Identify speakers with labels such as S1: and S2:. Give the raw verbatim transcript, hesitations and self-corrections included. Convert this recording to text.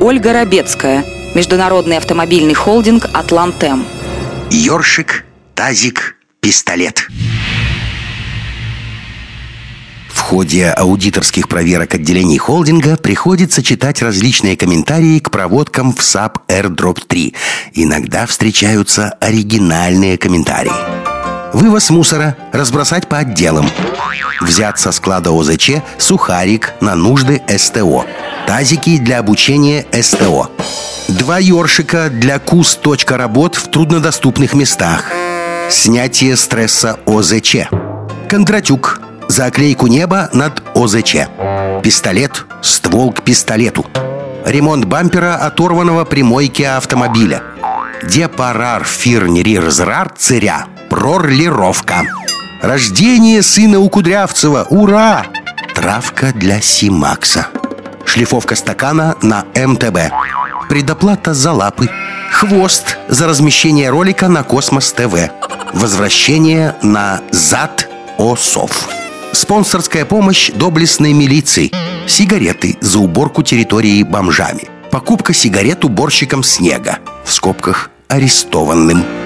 S1: Ольга Робецкая, международный автомобильный холдинг «Атлантем».
S2: Ёршик, тазик, пистолет. В ходе аудиторских проверок отделений холдинга приходится читать различные комментарии к проводкам в САП AirDrop три. Иногда встречаются оригинальные комментарии. Вывоз мусора разбросать по отделам. Взять со склада ОЗЧ сухарик на нужды СТО. Тазики для обучения СТО. Два ёршика для КУС точка работ в труднодоступных местах. Снятие стресса ОЗЧ. Кондратюк. За оклейку неба над ОЗЧ. Пистолет. Ствол к пистолету. Ремонт бампера оторванного при мойке автомобиля. Депарар фирнерирзрар циря. Прорлировка. Рождение сына у Кудрявцева. Ура! Травка для Симакса. Шлифовка стакана на эм тэ бэ. Предоплата за лапы. Хвост за размещение ролика на Космос ТВ. Возвращение на зад ОСОВ. Спонсорская помощь доблестной милиции. Сигареты за уборку территории бомжами. Покупка сигарет уборщикам снега. В скобках арестованным.